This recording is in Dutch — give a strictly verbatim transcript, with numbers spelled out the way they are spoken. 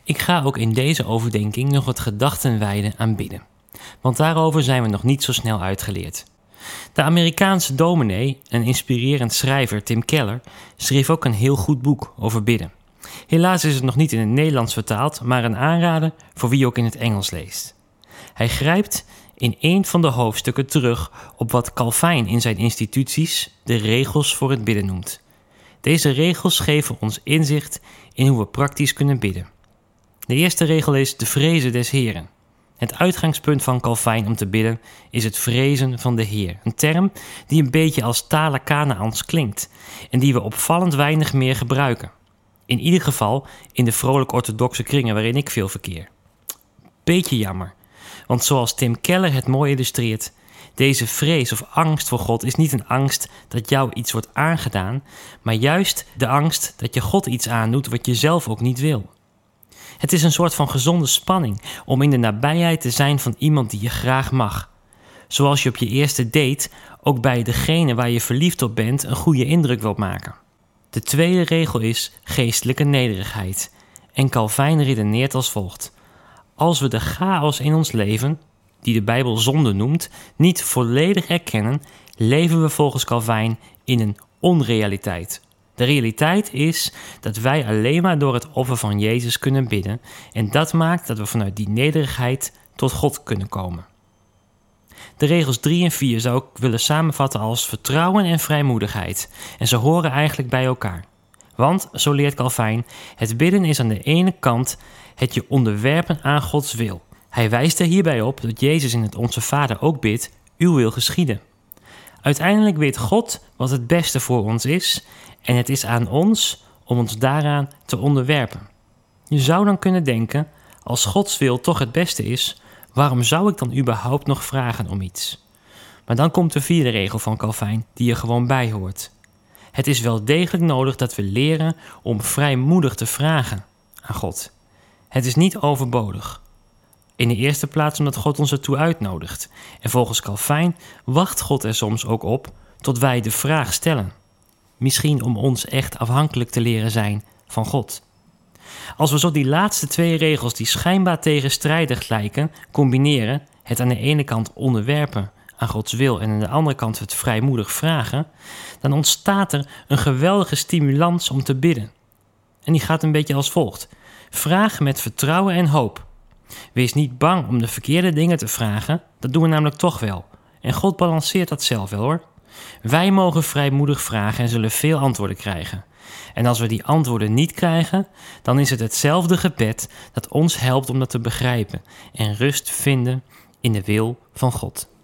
Ik ga ook in deze overdenking nog wat gedachten wijden aan bidden. Want daarover zijn we nog niet zo snel uitgeleerd. De Amerikaanse dominee en inspirerend schrijver Tim Keller schreef ook een heel goed boek over bidden. Helaas is het nog niet in het Nederlands vertaald, maar een aanrader voor wie ook in het Engels leest. Hij grijpt in een van de hoofdstukken terug op wat Calvijn in zijn instituties de regels voor het bidden noemt. Deze regels geven ons inzicht in hoe we praktisch kunnen bidden. De eerste regel is de vrezen des Heren. Het uitgangspunt van Calvijn om te bidden is het vrezen van de Heer. Een term die een beetje als Tala Kanaans klinkt en die we opvallend weinig meer gebruiken. In ieder geval in de vrolijk-orthodoxe kringen waarin ik veel verkeer. Beetje jammer, want zoals Tim Keller het mooi illustreert, deze vrees of angst voor God is niet een angst dat jou iets wordt aangedaan, maar juist de angst dat je God iets aandoet wat je zelf ook niet wil. Het is een soort van gezonde spanning om in de nabijheid te zijn van iemand die je graag mag. Zoals je op je eerste date ook bij degene waar je verliefd op bent een goede indruk wilt maken. De tweede regel is geestelijke nederigheid. En Calvijn redeneert als volgt. Als we de chaos in ons leven, die de Bijbel zonde noemt, niet volledig erkennen, leven we volgens Calvijn in een onrealiteit. De realiteit is dat wij alleen maar door het offer van Jezus kunnen bidden en dat maakt dat we vanuit die nederigheid tot God kunnen komen. De regels drie en vier zou ik willen samenvatten als vertrouwen en vrijmoedigheid en ze horen eigenlijk bij elkaar. Want, zo leert Calvijn, het bidden is aan de ene kant het je onderwerpen aan Gods wil. Hij wijst er hierbij op dat Jezus in het Onze Vader ook bidt, uw wil geschieden. Uiteindelijk weet God wat het beste voor ons is en het is aan ons om ons daaraan te onderwerpen. Je zou dan kunnen denken, als Gods wil toch het beste is, waarom zou ik dan überhaupt nog vragen om iets? Maar dan komt de vierde regel van Calvijn die er gewoon bij hoort. Het is wel degelijk nodig dat we leren om vrijmoedig te vragen aan God. Het is niet overbodig. In de eerste plaats omdat God ons ertoe uitnodigt. En volgens Calvijn wacht God er soms ook op tot wij de vraag stellen. Misschien om ons echt afhankelijk te leren zijn van God. Als we zo die laatste twee regels die schijnbaar tegenstrijdig lijken, combineren, het aan de ene kant onderwerpen aan Gods wil en aan de andere kant het vrijmoedig vragen, dan ontstaat er een geweldige stimulans om te bidden. En die gaat een beetje als volgt. Vraag met vertrouwen en hoop. Wees niet bang om de verkeerde dingen te vragen, dat doen we namelijk toch wel. En God balanceert dat zelf wel hoor. Wij mogen vrijmoedig vragen en zullen veel antwoorden krijgen. En als we die antwoorden niet krijgen, dan is het hetzelfde gebed dat ons helpt om dat te begrijpen en rust vinden in de wil van God.